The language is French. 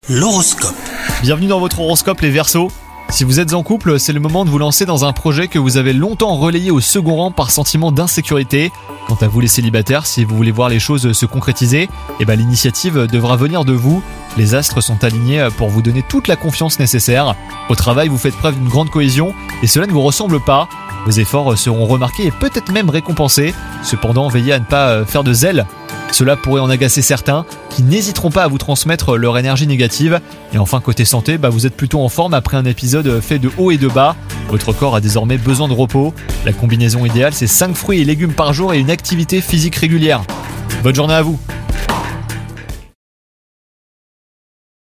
L'horoscope. Bienvenue dans votre horoscope les Verseaux. Si vous êtes en couple, c'est le moment de vous lancer dans un projet que vous avez longtemps relayé au second rang par sentiment d'insécurité. Quant à vous les célibataires, si vous voulez voir les choses se concrétiser, l'initiative devra venir de vous. Les astres sont alignés pour vous donner toute la confiance nécessaire. Au travail, vous faites preuve d'une grande cohésion et cela ne vous ressemble pas. Vos efforts seront remarqués et peut-être même récompensés. Cependant, veillez à ne pas faire de zèle. Cela pourrait en agacer certains qui n'hésiteront pas à vous transmettre leur énergie négative. Et enfin, côté santé, vous êtes plutôt en forme après un épisode fait de haut et de bas. Votre corps a désormais besoin de repos. La combinaison idéale, c'est 5 fruits et légumes par jour et une activité physique régulière. Bonne journée à vous!